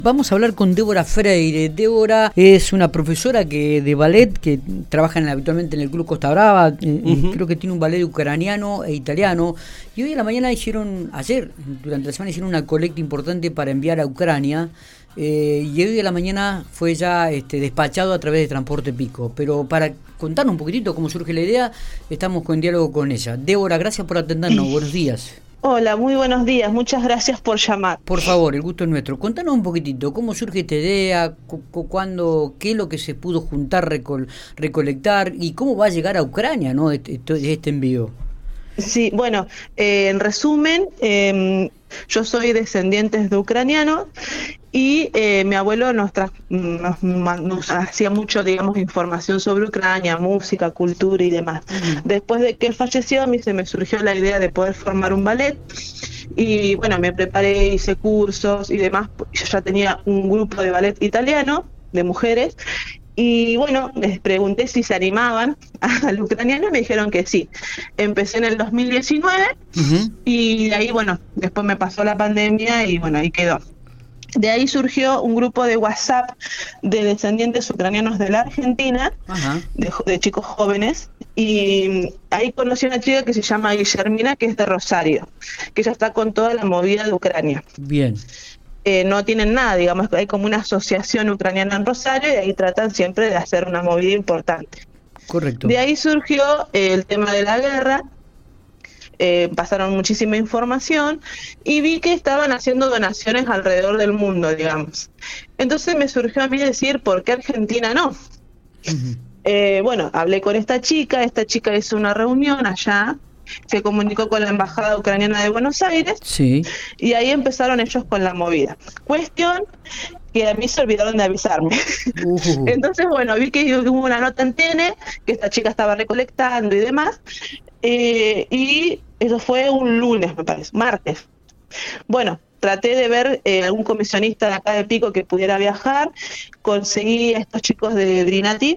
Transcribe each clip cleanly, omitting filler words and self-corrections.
Vamos a hablar con Débora Freire. Débora es una profesora de ballet que trabaja habitualmente en el Club Costa Brava. Creo que tiene un ballet ucraniano e italiano. Y hoy a la mañana durante la semana hicieron una colecta importante para enviar a Ucrania. Y hoy a la mañana fue ya despachado a través de Transporte Pico. Pero para contarnos un poquitito cómo surge la idea, estamos en diálogo con ella. Débora, gracias por atendernos. Buenos días. Hola, muy buenos días. Muchas gracias por llamar. Por favor, el gusto es nuestro. Contanos un poquitito, ¿cómo surge esta idea? ¿Cuándo? ¿Qué es lo que se pudo juntar, recolectar? ¿Y cómo va a llegar a Ucrania, ¿no? este envío? Sí, bueno, en resumen, yo soy descendiente de ucranianos y mi abuelo nos hacía mucho, digamos, información sobre Ucrania, música, cultura y demás. Después de que él falleció, a mí se me surgió la idea de poder formar un ballet y bueno, me preparé, hice cursos y demás. Yo ya tenía un grupo de ballet italiano, de mujeres. Y bueno, les pregunté si se animaban al ucraniano y me dijeron que sí. Empecé en el 2019 y de ahí, bueno, después me pasó la pandemia y bueno, ahí quedó. De ahí surgió un grupo de WhatsApp de descendientes ucranianos de la Argentina, de chicos jóvenes, y ahí conocí a una chica que se llama Guillermina, que es de Rosario, que ella está con toda la movida de Ucrania. Bien. No tienen nada, digamos, hay como una asociación ucraniana en Rosario y ahí tratan siempre de hacer una movida importante. Correcto. De ahí surgió el tema de la guerra, pasaron muchísima información y vi que estaban haciendo donaciones alrededor del mundo, digamos. Entonces me surgió a mí decir, ¿por qué Argentina no? Bueno, hablé con esta chica hizo una reunión allá, se comunicó con la embajada ucraniana de Buenos Aires, sí, y ahí empezaron ellos con la movida. Cuestión que a mí se olvidaron de avisarme. Entonces, bueno, vi que hubo una nota en TN, que esta chica estaba recolectando y demás, y eso fue un lunes, me parece, martes. Bueno, traté de ver algún comisionista de acá de Pico que pudiera viajar, conseguí a estos chicos de Drinati,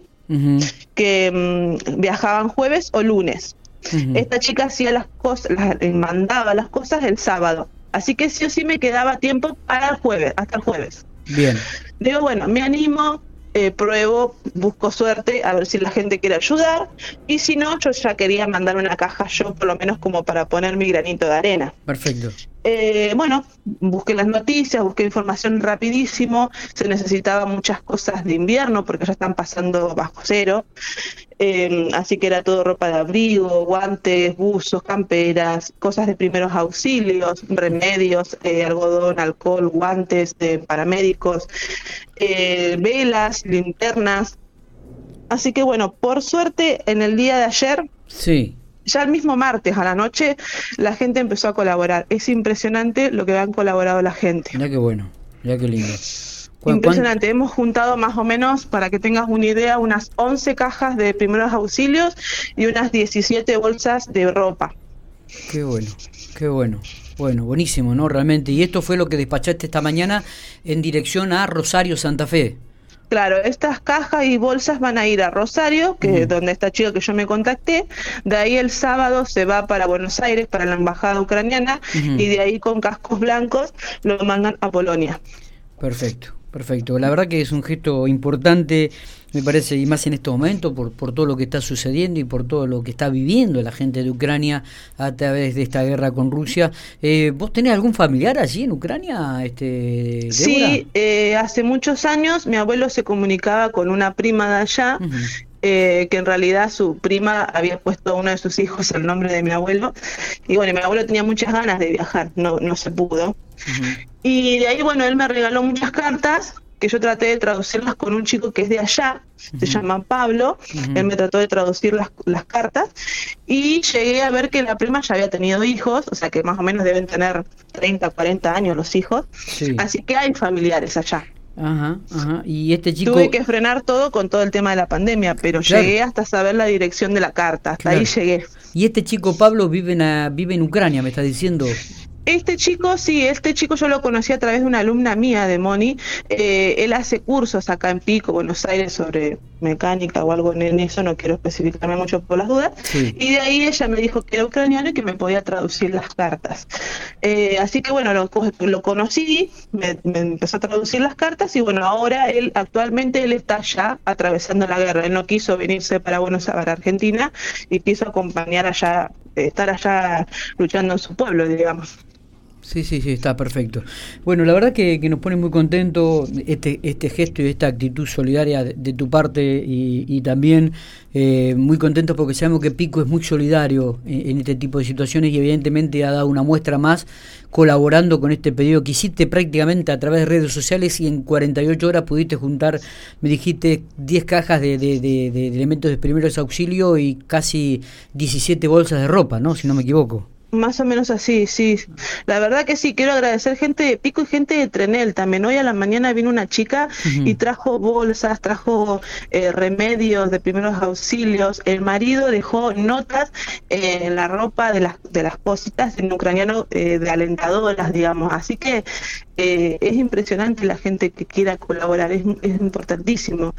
que viajaban jueves o lunes. Esta chica hacía las cosas, mandaba las cosas el sábado, así que sí o sí me quedaba tiempo para el jueves, hasta el jueves. Bien. Digo, bueno, me animo, pruebo, busco suerte, a ver si la gente quiere ayudar, y si no, yo ya quería mandar una caja yo, por lo menos como para poner mi granito de arena. Perfecto. Bueno, busqué las noticias, busqué información rapidísimo, se necesitaban muchas cosas de invierno porque ya están pasando bajo cero, así que era todo ropa de abrigo, guantes, buzos, camperas, cosas de primeros auxilios, remedios, algodón, alcohol, guantes de paramédicos, velas, linternas. Así que bueno, por suerte en el día de ayer, sí, ya el mismo martes a la noche, la gente empezó a colaborar. Es impresionante lo que han colaborado la gente. Mirá qué bueno, mirá qué lindo. Impresionante. Hemos juntado más o menos, para que tengas una idea, unas 11 cajas de primeros auxilios y unas 17 bolsas de ropa. Qué bueno, qué bueno. Bueno, buenísimo, ¿no? Realmente. Y esto fue lo que despachaste esta mañana en dirección a Rosario, Santa Fe. Claro, estas cajas y bolsas van a ir a Rosario, que es donde está chica que yo me contacté. De ahí el sábado se va para Buenos Aires, para la embajada ucraniana, y de ahí con cascos blancos lo mandan a Polonia. Perfecto, perfecto. La verdad que es un gesto importante, me parece, y más en estos momentos, por todo lo que está sucediendo y por todo lo que está viviendo la gente de Ucrania a través de esta guerra con Rusia. ¿Vos tenés algún familiar allí en Ucrania, Débora? Sí, hace muchos años mi abuelo se comunicaba con una prima de allá, que en realidad su prima había puesto a uno de sus hijos el nombre de mi abuelo, y bueno, mi abuelo tenía muchas ganas de viajar, no se pudo. Y de ahí, bueno, él me regaló muchas cartas que yo traté de traducirlas con un chico que es de allá, se llama Pablo. Él me trató de traducir las cartas y llegué a ver que la prima ya había tenido hijos, o sea que más o menos deben tener 30, 40 años los hijos, así que hay familiares allá. Y este chico... Tuve que frenar todo con todo el tema de la pandemia, pero llegué hasta saber la dirección de la carta, hasta ahí llegué. Y este chico Pablo vive en Ucrania, me está diciendo. Este chico, sí, este chico yo lo conocí a través de una alumna mía de Moni. Él hace cursos acá en Pico, Buenos Aires, sobre mecánica o algo en eso, no quiero especificarme mucho por las dudas. Sí. Y de ahí ella me dijo que era ucraniano y que me podía traducir las cartas. Así que bueno, lo conocí, me empezó a traducir las cartas y bueno, ahora actualmente él está allá atravesando la guerra. Él no quiso venirse para para Argentina y quiso acompañar allá, estar allá luchando en su pueblo, digamos. Sí, sí, sí, está perfecto. Bueno, la verdad que nos pone muy contento este gesto y esta actitud solidaria de tu parte y también muy contentos porque sabemos que Pico es muy solidario en este tipo de situaciones y evidentemente ha dado una muestra más colaborando con este pedido que hiciste prácticamente a través de redes sociales y en 48 horas pudiste juntar, me dijiste, 10 cajas de elementos de primeros auxilios y casi 17 bolsas de ropa, ¿no? Si no me equivoco. Más o menos así, sí. La verdad que sí, quiero agradecer gente de Pico y gente de Trenel también. Hoy a la mañana vino una chica y trajo bolsas, trajo remedios de primeros auxilios. El marido dejó notas en la ropa de las cositas en ucraniano de alentadoras, digamos. Así que es impresionante la gente que quiera colaborar, es importantísimo.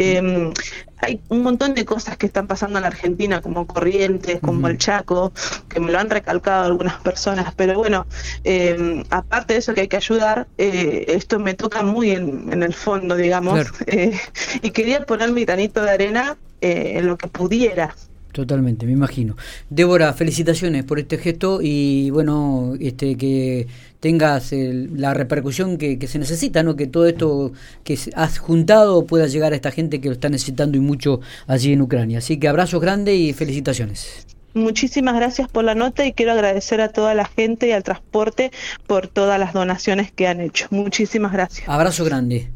Hay un montón de cosas que están pasando en la Argentina, como Corrientes, como el Chaco, que me lo han recalcado algunas personas, pero bueno, aparte de eso que hay que ayudar, esto me toca muy en el fondo, digamos, claro. Y quería poner mi granito de arena en lo que pudiera. Totalmente, me imagino. Débora, felicitaciones por este gesto y bueno, que tengas la repercusión que se necesita, ¿no? Que todo esto que has juntado pueda llegar a esta gente que lo está necesitando y mucho allí en Ucrania. Así que abrazos grandes y felicitaciones. Muchísimas gracias por la nota y quiero agradecer a toda la gente y al transporte por todas las donaciones que han hecho. Muchísimas gracias. Abrazo grande.